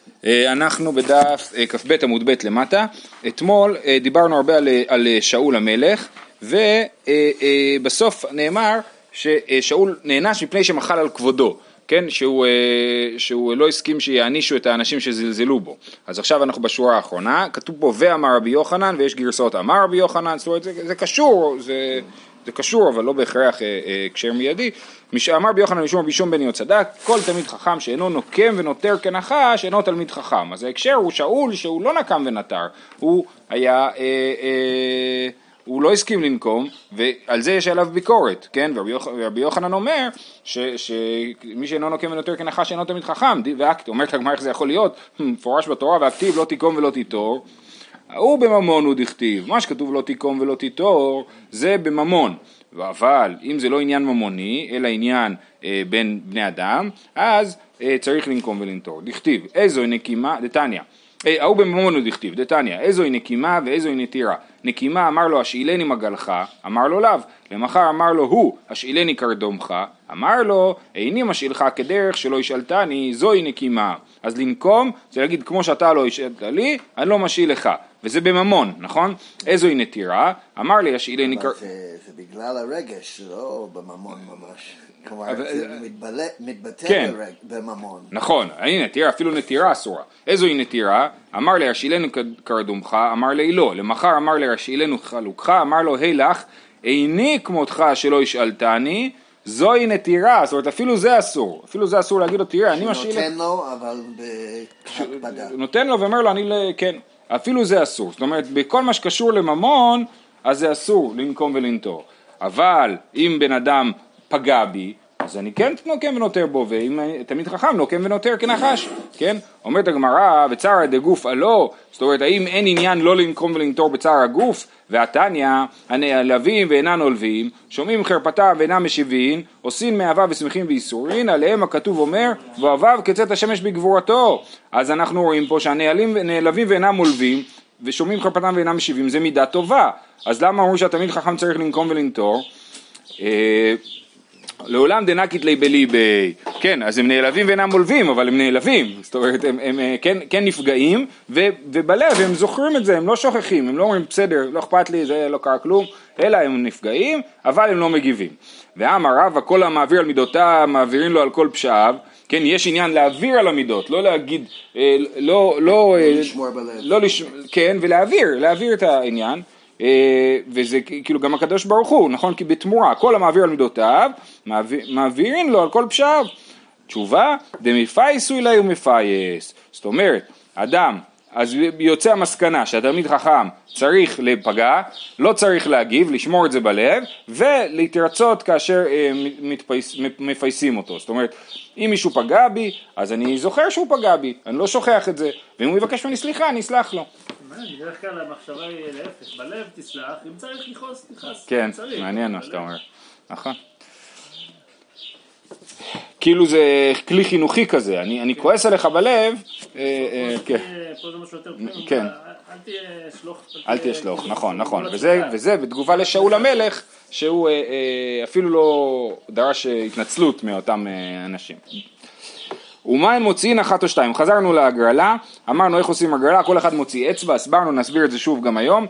אנחנו בדף כ"ב עמוד ב' למטה. אתמול דיברנו הרבה על שאול המלך, ובסוף נאמר ששאול נענש מפני שמחל על כבודו, כן? שהוא לא הסכים שיענישו את האנשים שזלזלו בו. אז עכשיו אנחנו בשורה האחרונה, כתוב פה ואמר רבי יוחנן, ויש גרסאות אמר רבי יוחנן, זאת אומרת זה קשור, זה קשור אבל לא בהכרח קשר מיידי. אמר רבי יוחנן משום רבי שום בן יהוצדק, כל תלמיד חכם שאינו נוקם ונותר כנחש אינו תלמיד חכם. אז ההקשר הוא שאול שהוא לא נקם ונותר, הוא היה הוא לא הסכים לנקום, ועל זה יש עליו ביקורת, כן? ורבי יוחנן אומר שמי שאינו נוקם ונותר כנחש אינו תלמיד חכם, אומרת לגמרא איך זה יכול להיות, מפורש בתורה, והכתיב לא תיקום ולא תיטור, הוא בממון הוא דכתיב, מה שכתוב לא תיקום ולא תיטור, זה בממון, אבל אם זה לא עניין ממוני, אלא עניין בין בני אדם, אז צריך לנקום ולנטור. דכתיב, איזו נקימה, דתניא, הוא בממון הוא דכתיב, דתניא, איזו נקימה ואיזו נטירה. נקימה אמר לו השאילני מגלך, אמר לו לאו, למחר אמר לו הוא השאילני קרדומך, אמר לו איני משאילך כדרך שלא ישאלתני, זוהי נקימה. אז לנקום זה להגיד כמו שאתה לא השאלת לי, אני לא משאיל לך, וזה בממון, נכון? איזוהי נטירה, אמר לי השאילני זה בגלל הרגש, לא בממון ממש. כלומר, זה מתבטא בממון. נכון, הנה נטירה, אפילו נטירה אסורה. איזוהי נטירה, אמר לי השאילנו קרדומך, אמר לי לא, למחר אמר לי השאילנו חלוקך, אמר לו היי לך, איני כמותך שלא השאלתני, זוהי נטירה, זאת אומרת אפילו זה אסור, אפילו זה אסור להגיד לו תראה, אני משאיל... שנותן לו, אבל בהקפדה. נותן לו ואומר לו, כן, אפילו זה אסור, זאת אומרת בכל מה שקשור לממון, אז זה אסור לנקום ולנטור, אבל אם בן אדם פגע בי, אז אני כן נוקם ונותר בו, ואם תמיד חכם נוקם ונותר כנחש, כן? אומרת הגמרא, בצער דגוף הלא, זאת אומרת, האם אין עניין לא לנקום ולנטור בצער הגוף, והתניא, הנעלבים ואינם עולבים, שומעים חרפתם ואינם משיבים, עושים מאהבה ושמחים ואיסורין, עליהם הכתוב אומר, ואוהביו כצאת השמש בגבורתו. אז אנחנו רואים פה שהנעלבים ואינם עולבים, ושומעים חרפתם ואינם משיבים, זה מידה טובה. אז למה אמרו שהתמיד חכם צריך לנקום ולנטור? לעולם דנקית לי בליבי, כן, אז הם נעלבים ואינם מולבים, אבל הם נעלבים, זאת אומרת, הם כן נפגעים, ובלב הם זוכרים את זה, הם לא שוכחים, הם לא אומרים בסדר, לא אכפת לי, זה לא קרה כלום, אלא הם נפגעים, אבל הם לא מגיבים. ואמר רב, הכל המעביר על מידותיו, מעבירים לו על כל פשעיו, כן, יש עניין להעביר על המידות, לא להגיד, לא לשמור בלב. כן, ולהעביר את העניין, וזה כאילו גם הקדוש ברוך הוא, נכון? כי בתמורה, כל המעביר על מידותיו, מעבירים לו על כל פשעיו. תשובה, דמפייסו אלי ומפייס. זאת אומרת, אדם, אז יוצא המסקנה שהתלמיד חכם צריך לפגע, לא צריך להגיב, לשמור את זה בלב, ולהתרצות כאשר מפייסים אותו. זאת אומרת, אם מישהו פגע בי, אז אני זוכר שהוא פגע בי, אני לא שוכח את זה, ואם הוא יבקש ממני סליחה, אני אסלח לו. בדרך כלל המחשבה היא להפך, בלב תסלח, אם צריך לכעוס, תכעס. כן, מעניין מה שאתה אומר. נכון. כאילו זה כלי חינוכי כזה, אני כועס עליך בלב, פה זה משהו יותר כן. אל תהיה שלוח, נכון, וזה בתגובה לשאול המלך, שהוא אפילו לא דרש התנצלות מאותם אנשים. ומה הם מוציאים אחת או שתיים? חזרנו להגרלה, אמרנו איך עושים הגרלה, כל אחד מוציא אצבע, הסברנו, נסביר את זה שוב גם היום.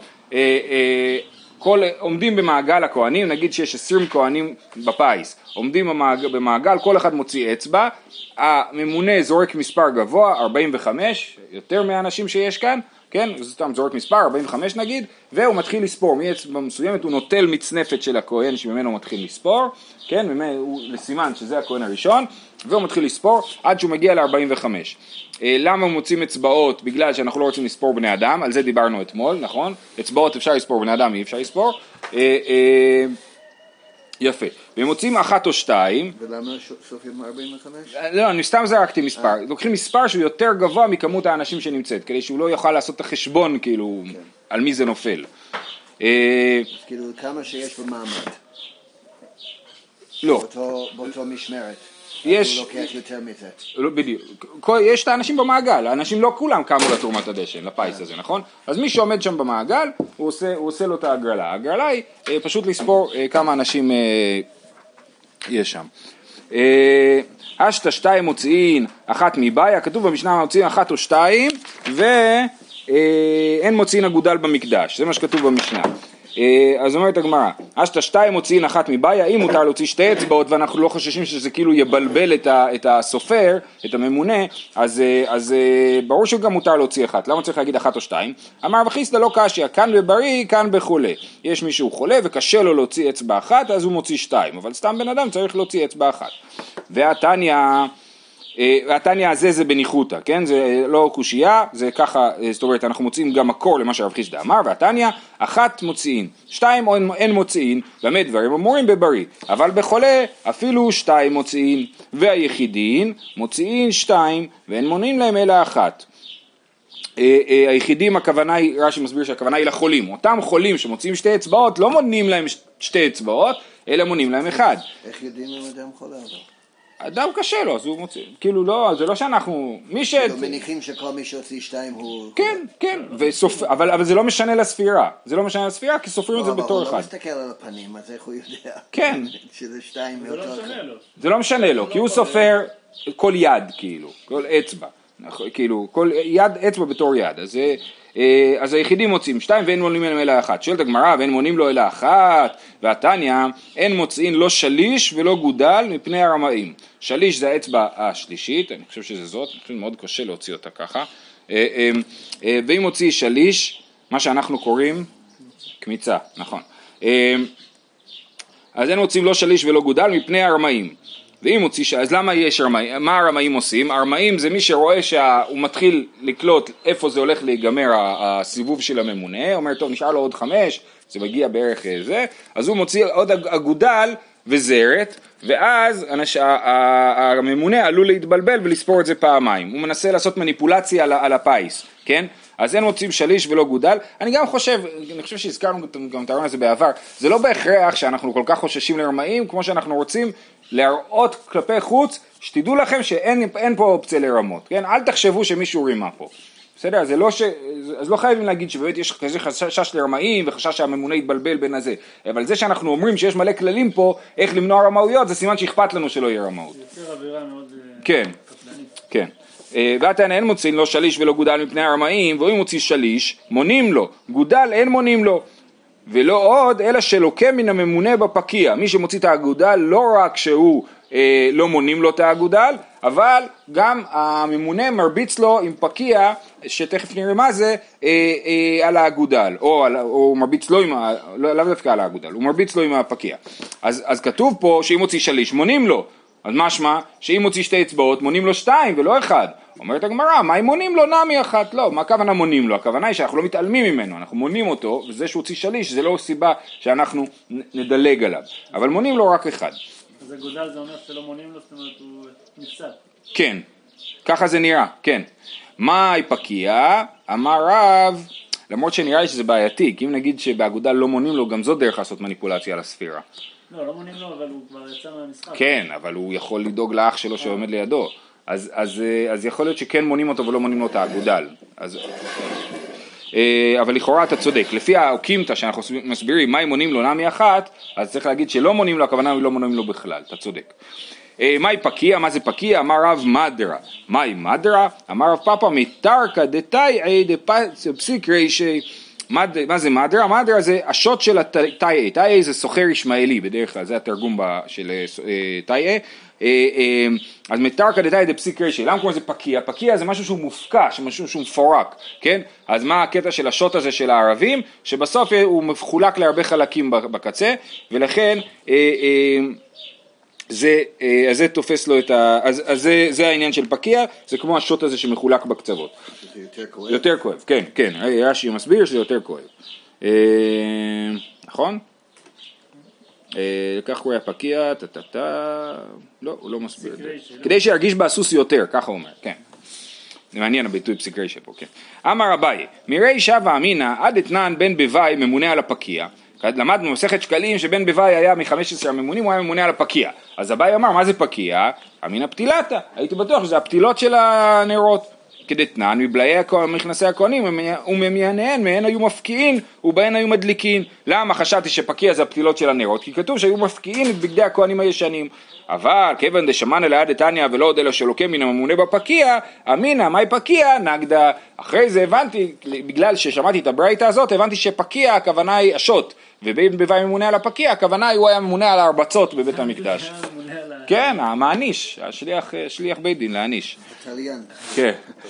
עומדים במעגל הכהנים, נגיד שיש 20 כהנים בפייס, עומדים במעגל, כל אחד מוציא אצבע, הממונה זורק מספר גבוה, 45, יותר מהאנשים שיש כאן, כן, זה סתם זורק מספר, 45 נגיד, והוא מתחיל לספור, מאצבע מסוימת הוא נוטל מצנפת של הכהן שממנו הוא מתחיל לספור, כן, הוא לסימן שזה הכהן הראשון, והוא מתחיל לספור עד שהוא מגיע ל-45. למה מוצאים אצבעות? בגלל שאנחנו לא רוצים לספור בני אדם, על זה דיברנו אתמול, נכון? אצבעות אפשר לספור, בני אדם אי אפשר לספור. יפה. והם מוצאים אחת או שתיים. ולמה סופרים 45? לא, אני סתם זרקתי מספר. לוקחים מספר שהוא יותר גבוה מכמות האנשים שנמצאת, כדי שהוא לא יוכל לעשות את החשבון, כאילו, על מי זה נופל. כאילו, כמה שיש במעמד. לא. באותו משמרת. יש, הוא לוקח יותר מזה. לא, בדיוק. יש את האנשים במעגל, האנשים לא כולם קמו לתרומת הדשן, לפייס הזה, נכון? אז מי שעומד שם במעגל, הוא עושה לו את ההגרלה. ההגרלה היא פשוט לספור כמה אנשים יש שם. אשתא 2 מוציאין 1 מבעיה, כתוב במשנה מוציאין 1 או 2 ואין מוציאין אגודל במקדש, זה מה שכתוב במשנה. אז אומרת הגמרא, אשתא 2 מוציאין 1 מבעיה, אם מותר להוציא 2 אצבעות ואנחנו לא חוששים שזה כאילו יבלבל את הסופר, את הממונה, אז ברור שגם מותר להוציא 1, למה צריך להגיד 1 או 2? אמר רב חיסדא לא קשיא, כאן בבריא, כאן בחולה. יש מישהו חולה וקשה לו להוציא אצבע 1, אז הוא מוציא 2, אבל סתם בן אדם צריך להוציא אצבע 1. והתניא הזה זה בניחותא, כן? זה לא קושייה, זה ככה, זאת אומרת, אנחנו מוצאים גם מקור למה שרב חיסדא אמר, והתניא 1 מוציאין, 2 אין מוציאין, באמת דברים אמורים בבריא, אבל בחולה אפילו 2 מוציאין, והיחידין מוציאין 2, ואין מונעים להם אלא 1. היחידים הכוונה היא, רש"י מסביר שהכוונה היא לחולים, אותם חולים שמוציאים 2 אצבעות, לא מונעים להם 2 אצבעות, אלא מונעים להם 1. איך יודעים אם אדם חולה? אדם קשה לו, אז הוא מוציא, כאילו לא, זה לא שאנחנו, כאילו מניחים שכל מי שהוציא 2 הוא... כן, אבל זה לא משנה לספירה, זה לא משנה לספירה כי סופרים את זה בתור אחד. הוא לא מסתכל על הפנים, אז איך הוא יודע? כן. שזה 2 מאותו אחד. זה לא משנה לו, כי הוא סופר כל יד, כאילו, כל אצבע, כאילו, כל יד, אצבע בתור יד, אז היחידים מוצאים 2 ואין מונים להם אלא 1. שואלת הגמרא, ואין מונים לו אלא 1, והתניא, אין מוצאים לא שליש ולא גודל מפני הרמאים. שליש זה האצבע השלישית, אני חושב שזה זאת, אני חושב מאוד קשה להוציא אותה ככה. ואם מוציא שליש, מה שאנחנו קוראים קמיצה, נכון. אז אין מוצאים לא שליש ולא גודל מפני הרמאים. ואם מוציא, אז למה יש רמאים? מה הרמאים עושים? הרמאים זה מי שרואה שהוא מתחיל לקלוט איפה זה הולך להיגמר הסיבוב של הממונה, אומר טוב נשאר לו עוד 5, זה מגיע בערך זה, אז הוא מוציא עוד אגודל וזרת, ואז הממונה עלול להתבלבל ולספור את זה פעמיים, הוא מנסה לעשות מניפולציה על הפייס, כן? אז אין מוצאים שליש ולא גודל. אני חושב שהזכרנו גם את הרעיון הזה בעבר, זה לא בהכרח שאנחנו כל כך חוששים לרמאים, כמו שאנחנו רוצים להראות כלפי חוץ, שתדעו לכם שאין פה אופציה לרמות, כן? אל תחשבו שמישהו רימה פה. בסדר? אז לא חייבים להגיד שבאמת יש כזה חשש לרמאים וחשש שהממונה יתבלבל בין הזה. אבל זה שאנחנו אומרים שיש מלא כללים פה, איך למנוע רמאויות, זה סימן שאכפת לנו שלא יהיה רמאות. יוצר אווירה מאוד קפדנית. כן. והתניא אין מוצאים לא שליש ולא גודל מפני הרמאים, ואם מוציא שליש, מונים לו. גודל אין מונים לו. ולא עוד, אלא שלוקה מן הממונה בפקיע. מי שמוציא את האגודל, לא רק שהוא לא מונים לו את האגודל, אבל גם הממונה מרביץ לו עם פקיע, שתכף נראה מה זה, על האגודל, או מרביץ לו עם, לא דווקא על האגודל, הוא מרביץ לו עם הפקיע. אז כתוב פה שאם מוציא שליש, מונים לו. אז משמע, שאם מוציא 2 אצבעות, מונים לו 2 ולא 1. אומרת הגמרא, מה אם מונים לו נמי 1? לא, מה הכוונה מונים לו? הכוונה היא שאנחנו לא מתעלמים ממנו, אנחנו מונים אותו, וזה שהוא הוציא שליש, זה לא סיבה שאנחנו נדלג עליו. אבל מונים לו רק 1. אז הגודל זה אומר שלא מונים לו, זאת אומרת הוא נפסד. כן, ככה זה נראה, כן. מה פקיע? אמר רב, למרות שנראה לי שזה בעייתי, כי אם נגיד שבאגודל לא מונים לו, גם זאת דרך לעשות מניפולציה על הספירה. לא מונים לו, אבל הוא כבר יצא מהמשחק. כן, אבל הוא יכול לדאוג לאח שלו שעומד לידו. אז יכול להיות שכן מונים אותו ולא מונים לו את האגודל. אבל לכאורה אתה צודק. לפי האוקימתא שאנחנו מסבירים מה אם מונים לו נמי 1, אז צריך להגיד שלא מונים לו, הכוונה הוא לא מונים לו בכלל. אתה צודק. מהי פקיע? מה זה פקיע? אמר רב מדרה. מהי מדרה? אמר רב פאפא מתרקא דתאי דפסיק רישי. מה זה מדרה? מדרה זה השוט של התאי. תאי זה סוחר ישמעאלי בדרך כלל, זה התרגום של תאי. אז מתרקא דתאי דפסיק רישי. למה קוראים לזה פקיע? פקיע זה משהו שהוא מופקע, משהו שהוא מפורק, כן? אז מה הקטע של השוט הזה של הערבים? שבסוף הוא מחולק להרבה חלקים בקצה, ולכן זה תופס לו את אז זה העניין של פקיע, זה כמו השוט הזה שמחולק בקצוות. זה יותר כואב. יותר כואב, כן. רש"י מסביר שזה יותר כואב. נכון? כך קורא הפקיע, לא, הוא לא מסביר את זה. כדי שירגיש בסוס יותר, ככה הוא אומר, כן. זה מעניין הביטוי פסיק רישא פה, כן. אמר אביי, מרישא ואמינא עד אתנן בן בוואי ממונה על הפקיע. למדנו במסכת שקלים שבן בוואי היה מ-15 הממונים, הוא היה ממונה על הפקיע. אז אביי אמר, מה זה פקיע? אמינא פתילתא. הייתי בטוח שזה הפתילות של הנרות. כדתנן, מבלעי מכנסי הכהנים וממייניהן, מהן היו מפקיעין ובהן היו מדליקין. למה חשבתי שפקיע זה הפתילות של הנרות? כי כתוב שהיו מפקיעין את בגדי הכהנים הישנים. אבל כיוון דשמענה ליד דתניא ולא עוד אלא שלוקה מן הממונה בפקיע, אמינא מאי פקיע נגדה. אחרי זה הבנתי, בגלל ששמעתי את הברייתא הזאת, הבנתי שפקיע הכוונה היא אשות, ובין בבא ממונה על הפקיע הכוונה הוא היה ממונה על ההרבצות בבית המקדש. כן, המעניש, שליח בית דין להעניש. כן.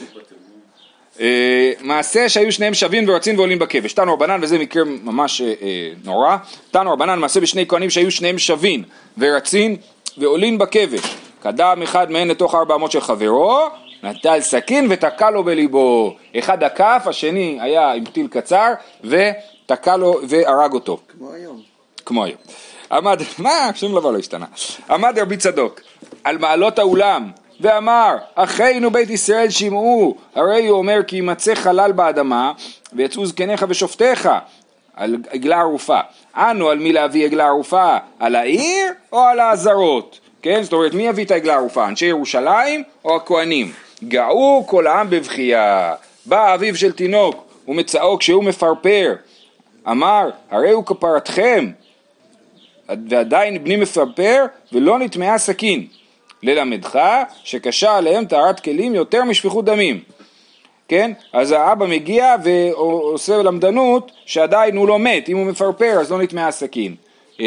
מעשה שהיו שניהם שווים ורצים ועולים בכבש. תנו רבנן, וזה מקרה ממש נורא, תנו רבנן מעשה בשני כהנים שהיו שניהם שווים ורצים ועולים בכבש. קדם אחד מהן לתוך 400 של חברו, נטל סכין ותקע לו בליבו. אחד עקף, השני היה עם פתיל קצר ותקע לו והרג אותו. כמו היום. עמד, שום דבר לא השתנה. עמד רבי צדוק על מעלות האולם ואמר, אחינו בית ישראל שמעו, הרי הוא אומר כי ימצא חלל באדמה ויצאו זקניך ושופטיך, על עגלה ערופה. אנו על מי להביא עגלה ערופה? על העיר או על העזרות? כן, זאת אומרת, מי יביא את העגלה ערופה? אנשי ירושלים או הכהנים? גאו כל העם בבכייה. בא אביו של תינוק ומצאו כשהוא מפרפר, אמר, הרי הוא כפרתכם, ועדיין בני מפרפר ולא נטמעה סכין. ללמדך שקשה עליהם טהרת כלים יותר משפיכות דמים. כן? אז האבא מגיע ועושה למדנות שעדיין הוא לא מת, אם הוא מפרפר אז לא נטמעה סכין.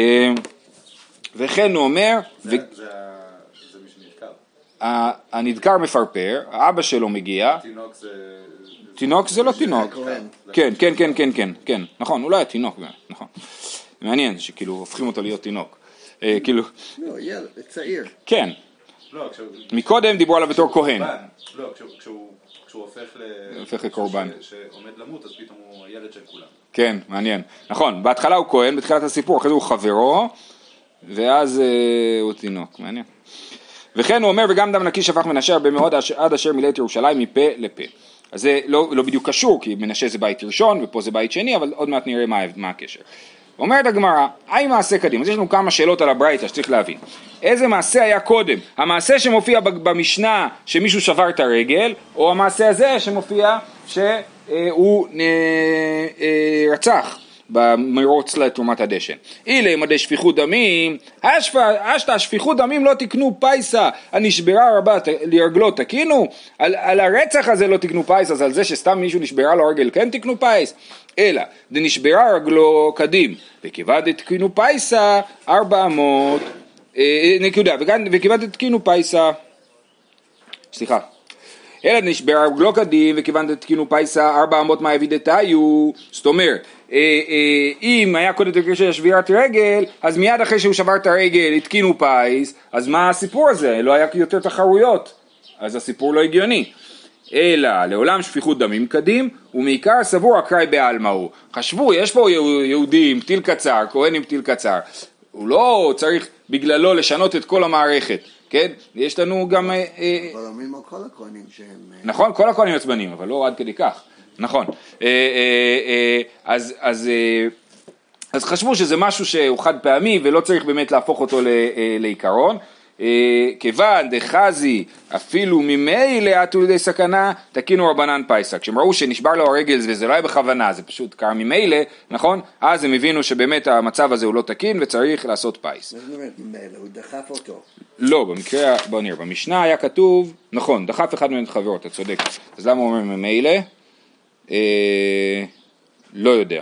וכן הוא אומר, זה מי שנדקר. הנדקר מפרפר, האבא שלו מגיע. תינוק זה לא תינוק. כן, נכון, הוא לא היה תינוק, נכון. מעניין שכאילו הופכים אותו להיות תינוק. כאילו... לא, ילד, צעיר. כן. מקודם דיברו עליו בתור כהן. לא, כשהוא הופך לקורבן. שעומד למות, אז פתאום הוא הילד של כולם. כן, מעניין. נכון, בהתחלה הוא כהן, בתחילת הסיפור, אחרי זה הוא חברו, ואז הוא תינוק, מעניין. וכן הוא אומר, וגם דם נקי שפך מנשה הרבה מאוד עד אשר מילא את ירושלים מפה לפה. אז זה לא בדיוק קשור, כי מנשה זה בית ראשון, ופה זה בית שני, אבל עוד מעט נראה מה הקשר. אומרת הגמרא, היי מעשה קדים, אז יש לנו כמה שאלות על הברייתא שצריך להבין. איזה מעשה היה קודם? המעשה שמופיע במשנה שמישהו שבר את הרגל, או המעשה הזה שמופיע שהוא רצח במרוץ לתרומת הדשן. אילי מדי שפיכות דמים, אשתה שפיכות דמים לא תקנו פייסה, הנשברה רבה לרגלו תקינו, על הרצח הזה לא תקנו פייס, אז על זה שסתם מישהו נשברה לו הרגל כן תקנו פייס, אלא דנשברה רגלו קדים, וכיוון דתקינו פייסה 400 נקודה, וכיוון דתקינו פייסה, סליחה, אלא נשברה רגלו קדים, וכיוון דתקינו פייסה 400 מה יבידתיו, זאת אומרת, אם היה קודם של שבירת רגל, אז מיד אחרי שהוא שבר את הרגל התקינו פייס, אז מה הסיפור הזה? לא היה יותר תחרויות, אז הסיפור לא הגיוני. אלא לעולם שפיכות דמים קדים, ומעיקר סבור אקראי בעלמא הוא. חשבו, יש פה יהודי עם טיל קצר, כהן עם טיל קצר, הוא לא צריך בגללו לשנות את כל המערכת, כן? יש לנו גם... אבל אומרים על כל הכהנים שהם... נכון, כל הכהנים עצבנים, אבל לא עד כדי כך. נכון, אז חשבו שזה משהו שהוא חד פעמי ולא צריך באמת להפוך אותו לעיקרון, כיוון דחזי אפילו ממילא עטו לידי סכנה תקינו רבנן פייסה. כשהם ראו שנשבר לו הרגל וזה לא היה בכוונה, זה פשוט קרה ממילא, נכון? אז הם הבינו שבאמת המצב הזה הוא לא תקין וצריך לעשות פייס. מה זאת אומרת ממילא? הוא דחף אותו. לא, במקרה, בוא נראה, במשנה היה כתוב, נכון, דחף אחד מן חברות, אתה צודק. אז למה הוא אומר ממילא? לא יודע.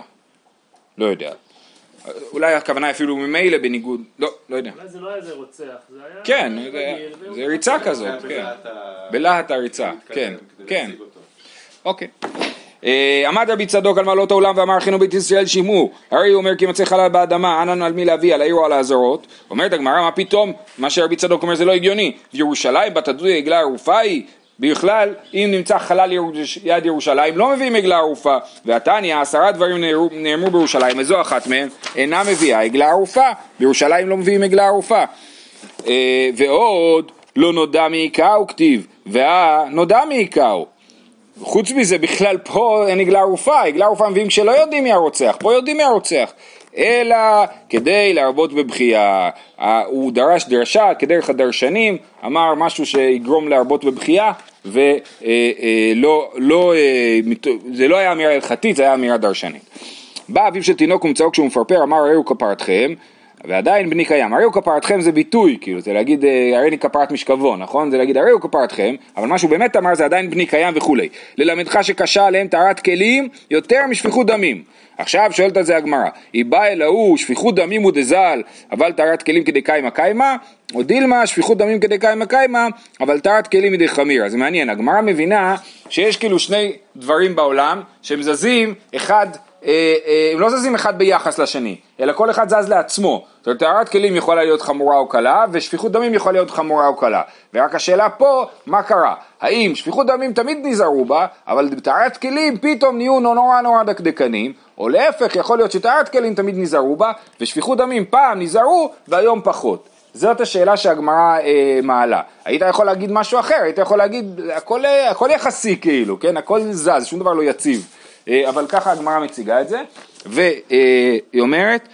אולי הכוונה אפילו ממילא בניגוד, לא יודע. אולי זה לא היה איזה רוצח, זה היה... כן, זה ריצה כזאת, כן. בלהט הריצה, כן. אוקיי. עמד רבי צדוק על מעלות העולם ואמר אחינו בית ישראל שמעו, הרי הוא אומר כי ימצא חלל באדמה, אנן על מי להביא, על העיר או על העזרות. אומרת הגמרא, מה פתאום? מה שרבי צדוק אומר זה לא הגיוני. וירושלים בתדוי עגלה ערופה היא, בכלל, אם נמצא חלל יד ירושלים, לא מביאים עגלה ערופה. והתניא, 10 דברים נאמרו בירושלים, וזו אחת מהם, אינה מביאה עגלה ערופה. בירושלים לא מביאים עגלה ערופה. ועוד, לא נודע מעיקהו כתיב, והנודע מעיקהו. חוץ מזה, בכלל פה אין עגלה ערופה. עגלה ערופה מביאים כשלא יודעים מי הרוצח. פה יודעים מי הרוצח. אלא כדי להרבות בבחייה. הוא דרש דרשה כדרך הדרשנים, אמר משהו שיגרום להרבות בבחייה, וזה לא היה אמירה הלכתית, זה היה אמירה דרשנית. בא אביו של תינוק ומצאו כשהוא מפרפר, אמר הראו כפרתכם, ועדיין בני קיים. הראו כפרתכם זה ביטוי, כאילו זה להגיד הראיני כפרת משכבו, נכון? זה להגיד הראו כפרתכם, אבל מה שהוא באמת אמר זה עדיין בני קיים וכולי. ללמדך שקשה עליהם טהרת כלים יותר משפיכות דמים. עכשיו שואלת על זה הגמרא, היא באה אלוהו שפיכות דמים הוא דזל, אבל טהרת כלים כדי קיימה קיימה, או דילמה שפיכות דמים כדי קיימה קיימה, אבל טהרת כלים מדי חמיר. אז זה מעניין, הגמרא מבינה שיש כאילו שני דברים בעולם שהם זזים אחד, הם לא זזים אחד ביחס לשני, אלא כל אחד זז לעצמו. זאת אומרת, טהרת כלים יכולה להיות חמורה או קלה, ושפיכות דמים יכולה להיות חמורה או קלה. ורק השאלה פה, מה קרה? האם שפיכות דמים תמיד נזהרו בה, אבל טהרת כלים פתאום נהיו נורא דקדקנים, או להפך, יכול להיות שטהרת כלים תמיד נזהרו בה, ושפיכות דמים פעם נזהרו, והיום פחות. זאת השאלה שהגמרא מעלה. היית יכול להגיד משהו אחר, היית יכול להגיד, הכל יחסי כאילו, כן? הכל זז, שום דבר לא יציב. אבל ככה הגמרא מציגה את זה, והיא אומרת,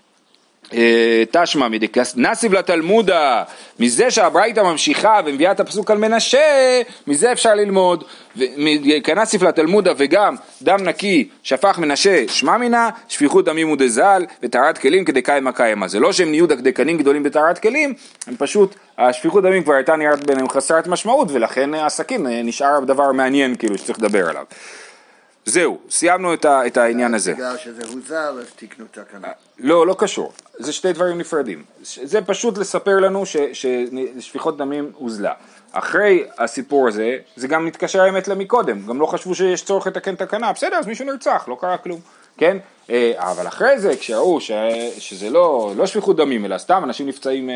תשמע נסיב לתלמודה, מזה שהברייתא ממשיכה ומביאה את הפסוק על מנשה, מזה אפשר ללמוד, כנסיב לתלמודה וגם דם נקי שפך מנשה שמע מינה, שפיכות דמים ודזל וטהרת כלים כדי קיימה קיימה. זה לא שהם נהיו דקדקנים גדולים בטהרת כלים, הם פשוט, השפיכות דמים כבר הייתה נראית ביניהם חסרת משמעות, ולכן הסכין נשאר דבר מעניין כאילו שצריך לדבר עליו. זהו, סיימנו את העניין הזה. בגלל שזה הוזל, אז תקנו תקנה. לא קשור. זה שתי דברים נפרדים. זה פשוט לספר לנו ששפיכות דמים הוזלה. אחרי הסיפור הזה, זה גם מתקשר האמת למקודם. גם לא חשבו שיש צורך לתקן תקנה. בסדר, אז מישהו נרצח, לא קרה כלום. כן? אבל אחרי זה, כשראו שזה לא שפיכות דמים, אלא סתם אנשים נפצעים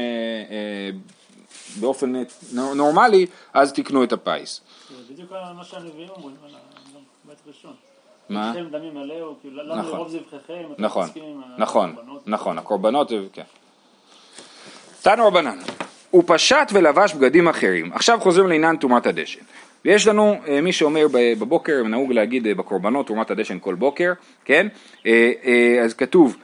באופן נורמלי, אז תקנו את הפייס. זה בדיוק מה שהנביאים אומרים. ראשון. מה? לכם דמים עליהו, כאילו למה לרוב זבחיכם, נכון, הקורבנות, כן. תנו רבנן, הוא פשט ולבש בגדים אחרים. עכשיו חוזרים לעניין תרומת הדשן. ויש לנו מי שאומר בבוקר, נהוג להגיד בקורבנות תרומת הדשן כל בוקר, כן? אז כתוב,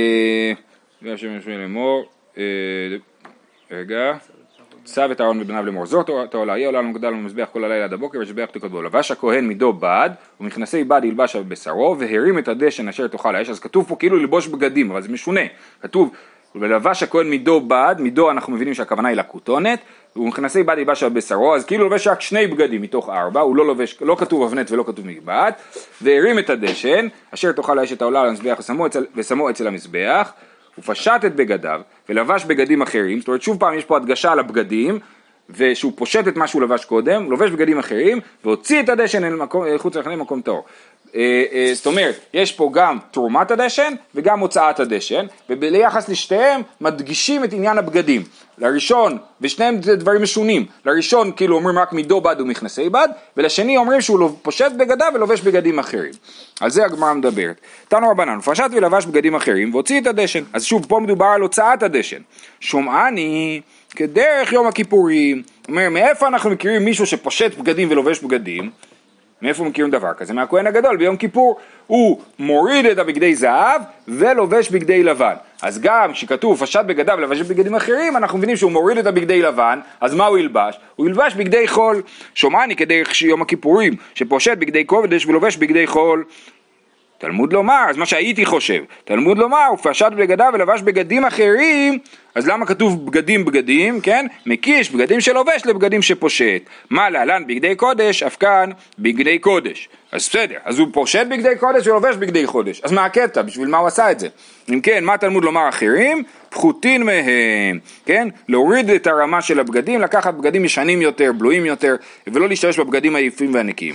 רגע, צב את הארון מבניו לאמור, זאת העולה, יהיה עולה למגדל ומזבח כל הלילה עד הבוקר ושבח תקוד בו. לבש הכהן מידו בד ומכנסי בד ילבש על בשרו והרים את הדשן אשר תאכל האש. אז כתוב פה כאילו ללבוש בגדים, אבל זה משונה. כתוב ולבש הכהן מידו בד, מידו אנחנו מבינים שהכוונה היא לכותונת, ומכנסי בד ילבש על בשרו, אז כאילו לובש רק 2 בגדים מתוך 4, הוא לא לובש, לא כתוב אבנת ולא כתוב מגבעת, והרים את הדשן אשר תאכל האש את העולה על המזבח ושמו אצל המזבח. הוא פשט את בגדיו ולבש בגדים אחרים, זאת אומרת שוב פעם יש פה הדגשה על הבגדים, ושהוא פושט את מה שהוא לבש קודם, הוא לובש בגדים אחרים, והוציא את הדשן אל חוץ למקום טהור. זאת אומרת, יש פה גם תרומת הדשן וגם הוצאת הדשן, וביחס לשתיהם מדגישים את עניין הבגדים. לראשון, ושניהם זה דברים משונים, לראשון כאילו אומרים רק מידו בד ומכנסי בד, ולשני אומרים שהוא פושט בגדיו ולובש בגדים אחרים. על זה הגמרא מדברת. תנו רבנן, פשט ולבש בגדים אחרים והוציא את הדשן. אז שוב, פה מדובר על הוצאת הדשן. שומעני כדרך יום הכיפורים. אומר, מאיפה אנחנו מכירים מישהו שפושט בגדים ולובש בגדים? מאיפה מכירים דבר כזה? מהכהן הגדול ביום כיפור הוא מוריד את הבגדי זהב ולובש בגדי לבן. אז גם שכתוב פשט בגדיו ולבש בגדים אחרים, אנחנו מבינים שהוא מוריד את הבגדי לבן, אז מה הוא ילבש? הוא ילבש בגדי חול. שומעני כדרך יום הכיפורים שפושט בגדי קודש ולובש בגדי חול. תלמוד לומר, אז מה שהייתי חושב, תלמוד לומר, הוא פשט בגדיו ולבש בגדים אחרים, אז למה כתוב בגדים, כן? מקיש בגדים שלובש לבגדים שפושט. מה להלן בגדי קודש, אף כאן בגדי קודש. אז בסדר, אז הוא פושט בגדי קודש ולובש בגדי קודש. אז מה הקטע? בשביל מה הוא עשה את זה? אם כן, מה תלמוד לומר אחרים? פחותין מהם, כן? להוריד את הרמה של הבגדים, לקחת בגדים ישנים יותר, בלויים יותר, ולא להשתמש בבגדים היפים והנקיים.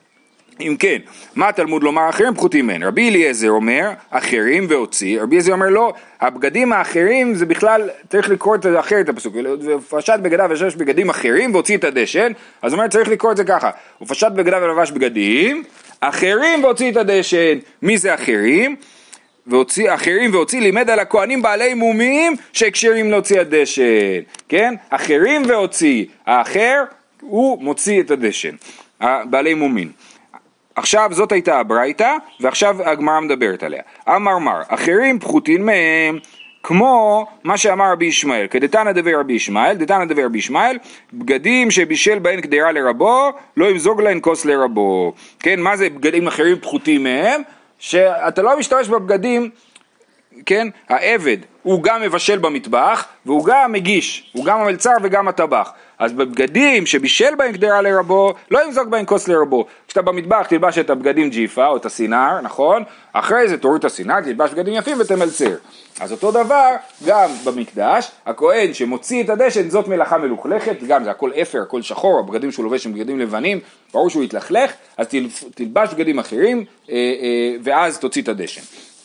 אם כן, מה תלמוד לומר אחרים פחותים מהן? רבי אליעזר אומר אחרים והוציא, רבי אליעזר אומר לא, הבגדים האחרים זה בכלל, צריך לקרוא את זה אחרת הפסוק, ופשט בגדיו ולבש בגדים אחרים והוציא את הדשן, אז אומר צריך לקרוא את זה ככה, הוא פשט בגדיו ולבש בגדים אחרים והוציא את הדשן. מי זה אחרים? אחרים והוציא לימד על הכהנים בעלי מומים שהקשרים להוציא הדשן, כן? אחרים והוציא, האחר הוא מוציא את הדשן, בעלי מומין. עכשיו זאת הייתה הברייתא, ועכשיו הגמרא מדברת עליה. אמר מר, אחרים פחותין מהם, כמו מה שאמר רבי ישמעאל, כדתנא דבר רבי ישמעאל, דתנא דבר רבי ישמעאל, בגדים שבישל בהן קדרה לרבו, לא ימזוג להן כוס לרבו. כן, מה זה בגדים אחרים פחותים מהם? שאתה לא משתמש בבגדים, כן, העבד הוא גם מבשל במטבח, והוא גם מגיש, הוא גם המלצר וגם הטבח. אז בבגדים שבישל בהם קדרה לרבו, לא ימזוג בהם כוס לרבו. כשאתה במטבח תלבש את הבגדים ג'יפה או את הסינר, נכון? אחרי זה תוריד את הסינר, תלבש בגדים יפים ותמלצר. אז אותו דבר, גם במקדש, הכהן שמוציא את הדשן, זאת מלאכה מלוכלכת, גם זה הכל אפר, הכל שחור, הבגדים שהוא לובש הם בגדים לבנים, ברור שהוא יתלכלך, אז תלבש בגדים אחרים, ואז תוציא את הדשן.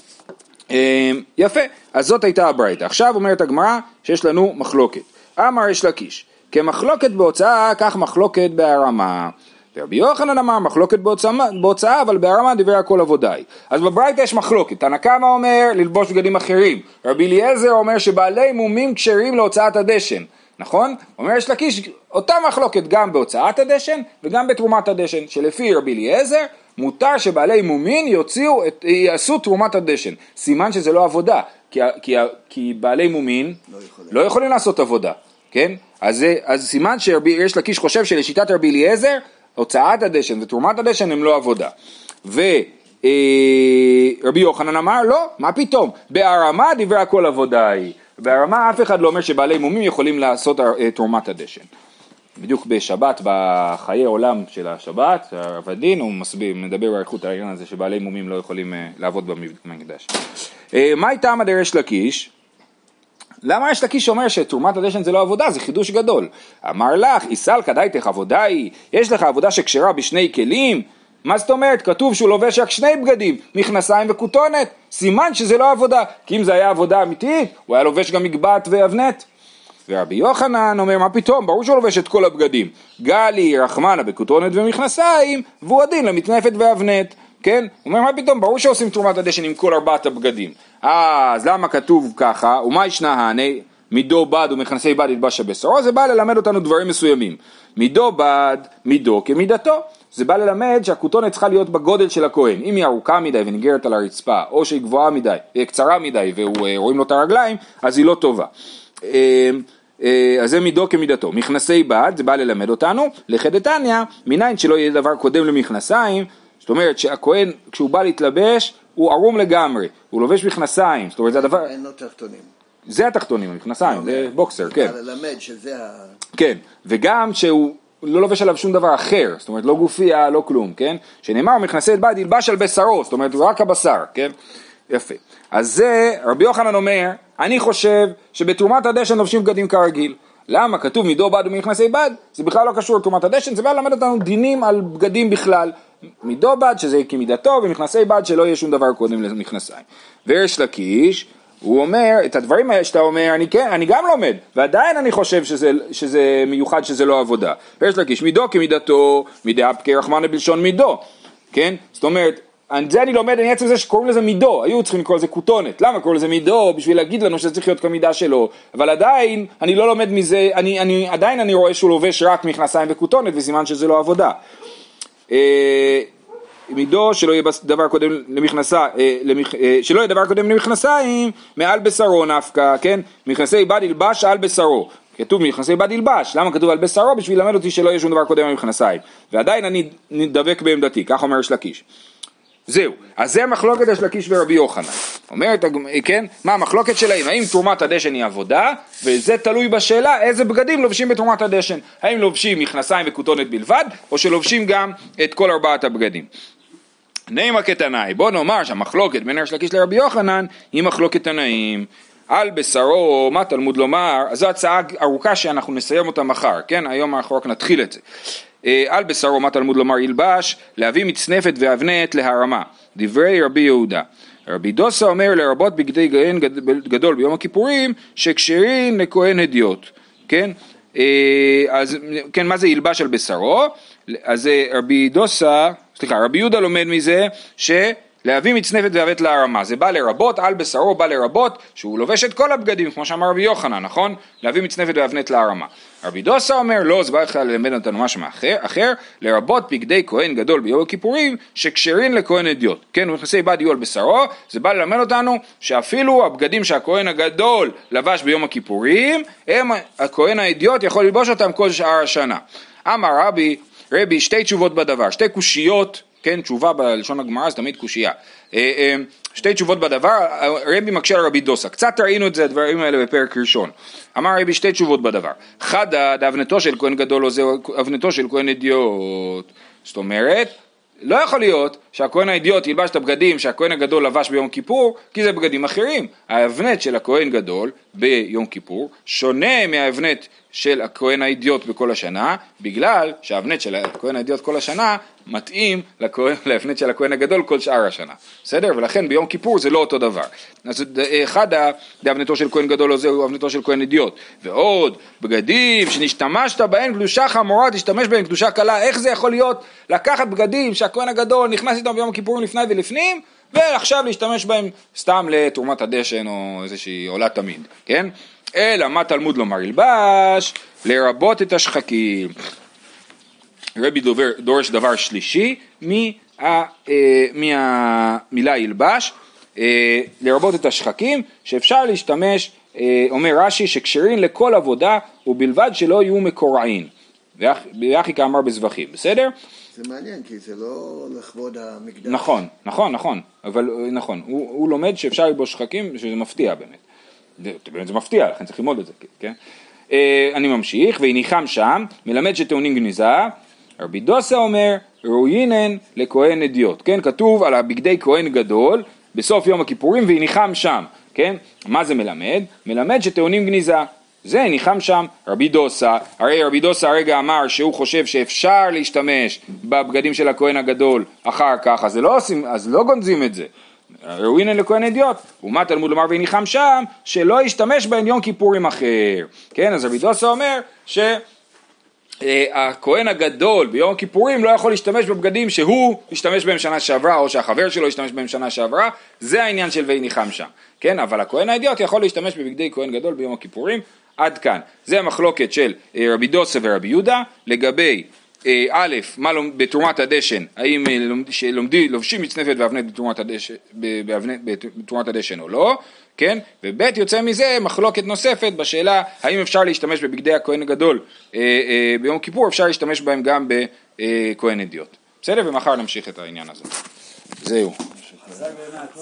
יפה, אז זאת הייתה הברייתא. עכשיו אומרת הגמרא שיש לנו מחלוקת. אמר יש לקיש, כמחלוקת בהוצאה, כך מחלוקת בהרמה. ורבי יוחנן אמר מחלוקת בהוצאה, אבל בהרמה דברי הכל עבודאי. אז בברייתא יש מחלוקת. תנא קמא אומר ללבוש בגדים אחרים. רבי אליעזר אומר שבעלי מומים כשרים להוצאת הדשן. נכון? אומר יש לקיש, אותה מחלוקת גם בהוצאת הדשן וגם בתרומת הדשן, שלפי רבי אליעזר מותר שבעלי מומין יעשו תרומת הדשן. סימן שזה לא עבודה, כי בעלי מומין לא יכולים לעשות עבודה. כן? אז סימן שיש לקיש חושב שלשיטת רבי אליעזר, הוצאת הדשן ותרומת הדשן הם לא עבודה. ורבי יוחנן אמר לא, מה פתאום? בהרמה דברי הכל עבודה היא. בהרמה אף אחד לא אומר שבעלי מומים יכולים לעשות תרומת הדשן. בדיוק בשבת, בחיי עולם של השבת, הרבדין, הוא מדבר באריכות על העניין הזה שבעלי מומים לא יכולים לעבוד במקדש. מה הייתה מדרש לקיש? למה יש לקיש אומר שתרומת הדשן זה לא עבודה? זה חידוש גדול. אמר לך, איסל כדאיתך עבודה היא, יש לך עבודה שקשרה בשני כלים? מה זאת אומרת? כתוב שהוא לובש רק שני בגדים, מכנסיים וכותונת, סימן שזה לא עבודה, כי אם זה היה עבודה אמיתית, הוא היה לובש גם מגבעת ואבנת. ורבי יוחנן אומר, מה פתאום? ברור שהוא לובש את כל הבגדים. גלי, רחמנה בכותונת ומכנסיים, והוא הדין למתנפת ואבנת. כן? הוא אומר, מה פתאום? ברור שעושים תרומת הדשן עם כל ארבעת הבגדים. אז למה כתוב ככה? ומה ישנה העני? מידו בד ומכנסי בד יתבש הבשרו, זה בא ללמד אותנו דברים מסוימים. מידו בד, מידו כמידתו. זה בא ללמד שהכותונת צריכה להיות בגודל של הכהן. אם היא ארוכה מדי ונגרת על הרצפה, או שהיא גבוהה מדי, קצרה מדי, ורואים לו את הרגליים, אז היא לא טובה. אז זה מידו כמידתו. מכנסי בד, זה בא ללמד אותנו, לכדתניא, מניין שלא יהיה דבר קודם למכנסיים, זאת אומרת שהכהן כשהוא בא להתלבש, הוא ערום לגמרי, הוא לובש מכנסיים, זאת אומרת זה הדבר... אין לו תחתונים. זה התחתונים, מכנסיים, זה בוקסר, כן. ללמד שזה ה... כן, וגם שהוא לא לובש עליו שום דבר אחר, זאת אומרת לא גופייה, לא כלום, כן? שנאמר מכנסי בד ילבש על בשרו, זאת אומרת רק הבשר, כן? יפה. אז זה, רבי יוחנן אומר, אני חושב שבתרומת הדשן לובשים בגדים כרגיל. למה? כתוב מידו בד ומכנסי בד, זה בכלל לא קשור לתרומת הדשן, זה בא ללמד אותנו דינים על בגדים בכלל. מידו בד שזה כמידתו, ומכנסי בד שלא יהיה שום דבר קודם למכנסיים. ויש לקיש, הוא אומר, את הדברים האלה שאתה אומר, אני גם לומד, ועדיין אני חושב שזה מיוחד שזה לא עבודה. ויש לקיש, מידו כמידתו, מידי אפקי רחמנה בלשון מידו, כן? זאת אומרת, זה אני לומד, אני עצם זה שקוראים לזה מידו, היו צריכים לקרוא לזה כותונת, למה קוראים לזה מידו? בשביל להגיד לנו שזה צריך להיות כמידה שלו, אבל עדיין אני לא לומד מזה, עדיין אני רואה שהוא לובש רק מכנסיים וכותונת, וסימן שזה לא עבודה. מידו שלא יהיה דבר קודם שלא יהיה דבר קודם למכנסיים, מעל בשרו נפקא, כן? מכנסי בד ילבש על בשרו. כתוב מכנסי בד ילבש, למה כתוב על בשרו? בשביל ללמד אותי שלא יהיה שום דבר קודם למכנסיים. ועדיין אני נדבק בעמדתי, כך אומר יש לקיש. זהו, אז זה מחלוקת יש לקיש ורבי יוחנן. אומרת, כן, מה המחלוקת שלהם? האם תרומת הדשן היא עבודה? וזה תלוי בשאלה איזה בגדים לובשים בתרומת הדשן. האם לובשים מכנסיים וכותונת בלבד, או שלובשים גם את כל ארבעת הבגדים. נעימה כתנאי, בוא נאמר שהמחלוקת בין יש לקיש לרבי יוחנן היא מחלוקת תנאים. על בשרו, מה תלמוד לומר? אז זו הצעה ארוכה שאנחנו נסיים אותה מחר, כן? היום אנחנו רק נתחיל את זה. על בשרו מה תלמוד לומר ילבש, להביא מצנפת ואבנת להרמה, דברי רבי יהודה. רבי דוסה אומר לרבות בגדי כהן גדול ביום הכיפורים, שכשרים לכהן הדיוט, כן? אז כן, מה זה ילבש על בשרו? אז רבי יהודה לומד מזה להביא מצנפת ואבנת להרמה, זה בא לרבות, על בשרו בא לרבות, שהוא לובש את כל הבגדים, כמו שאמר רבי יוחנן, נכון? להביא מצנפת ואבנת להרמה. רבי דוסה אומר, לא, זה בא לך ללמד אותנו משהו אחר, לרבות בגדי כהן גדול ביום הכיפורים, שקשרים לכהן אדיוט. כן, ומכנסי בד יהיו על בשרו, זה בא ללמד אותנו שאפילו הבגדים שהכהן הגדול לבש ביום הכיפורים, הם הכהן האדיוט יכול ללבוש אותם כל שאר השנה. אמר רבי, שתי תשובות בדבר, שתי קושיות, כן, תשובה בלשון הגמרא זה תמיד קושייה. שתי תשובות בדבר, רבי מקשה על רבי דוסה, קצת ראינו את זה, הדברים האלה בפרק ראשון. אמר רבי שתי תשובות בדבר, חדה, אבנתו של כהן גדול או זה אבנתו של כהן אדיוט. זאת אומרת, לא יכול להיות שהכהן האידיוט ילבש את הבגדים שהכהן הגדול לבש ביום כיפור, כי זה בגדים אחרים. האבנת של הכהן גדול ביום כיפור שונה מהאבנת של הכהן האידיוט בכל השנה, בגלל שהאבנת של הכהן האידיוט כל השנה מתאים לאבנת של הכהן הגדול כל שאר השנה. בסדר? ולכן ביום כיפור זה לא אותו דבר. אז אחד האבנתו של כהן גדול הזה הוא אבנתו של כהן אידיוט. ועוד בגדים שנשתמשת בהן קדושה חמורה, תשתמש בהן קדושה קלה. איך זה יכול להיות לקחת בגדים שהכהן הגדול נכנס איתם ביום הכיפורים לפני ולפנים, ועכשיו להשתמש בהם סתם לתרומת הדשן או איזושהי עולה תמיד, כן? אלא מה תלמוד לומר ילבש, לרבות את השחקים. רבי דורש דבר שלישי מהמילה ילבש, לרבות את השחקים, שאפשר להשתמש, אומר רש"י, שקשרים לכל עבודה ובלבד שלא יהיו מקורעין. ויחי כאמר בזבחים, בסדר? זה מעניין, כי זה לא לכבוד המקדש. נכון, אבל נכון, הוא לומד שאפשר ללבוש שחקים, שזה מפתיע באמת. זה מפתיע, לכן צריך ללמוד את זה, כן? אני ממשיך, והניחם שם, מלמד שטעונים גניזה, רבי דוסה אומר, ראויינן לכהן אדיוט, כן? כתוב על הבגדי כהן גדול, בסוף יום הכיפורים, והניחם שם, כן? מה זה מלמד? מלמד שטעונים גניזה. זה ניחם שם רבי דוסה, הרי רבי דוסה הרגע אמר שהוא חושב שאפשר להשתמש בבגדים של הכהן הגדול אחר כך, אז לא גונזים את זה. ראויינן לכהן אדיוט, ומה תלמוד לומר וניחם שם, שלא ישתמש בהן יום כיפורים אחר. כן, אז רבי דוסה אומר שהכהן הגדול ביום כיפורים לא יכול להשתמש בבגדים שהוא השתמש בהם שנה שעברה, או שהחבר שלו השתמש בהם שנה שעברה, זה העניין של וניחם שם. כן, אבל הכהן האדיוט יכול להשתמש בבגדי כהן גדול ביום הכיפורים. עד כאן. זה המחלוקת של רבי דוסה ורבי יהודה, לגבי א', מה בתרומת הדשן, האם לובשים מצנפת ואבנת בתרומת הדשן או לא, כן? וב' יוצא מזה מחלוקת נוספת בשאלה האם אפשר להשתמש בבגדי הכהן הגדול ביום כיפור, אפשר להשתמש בהם גם בכהן אדיוט. בסדר? ומחר נמשיך את העניין הזה. זהו.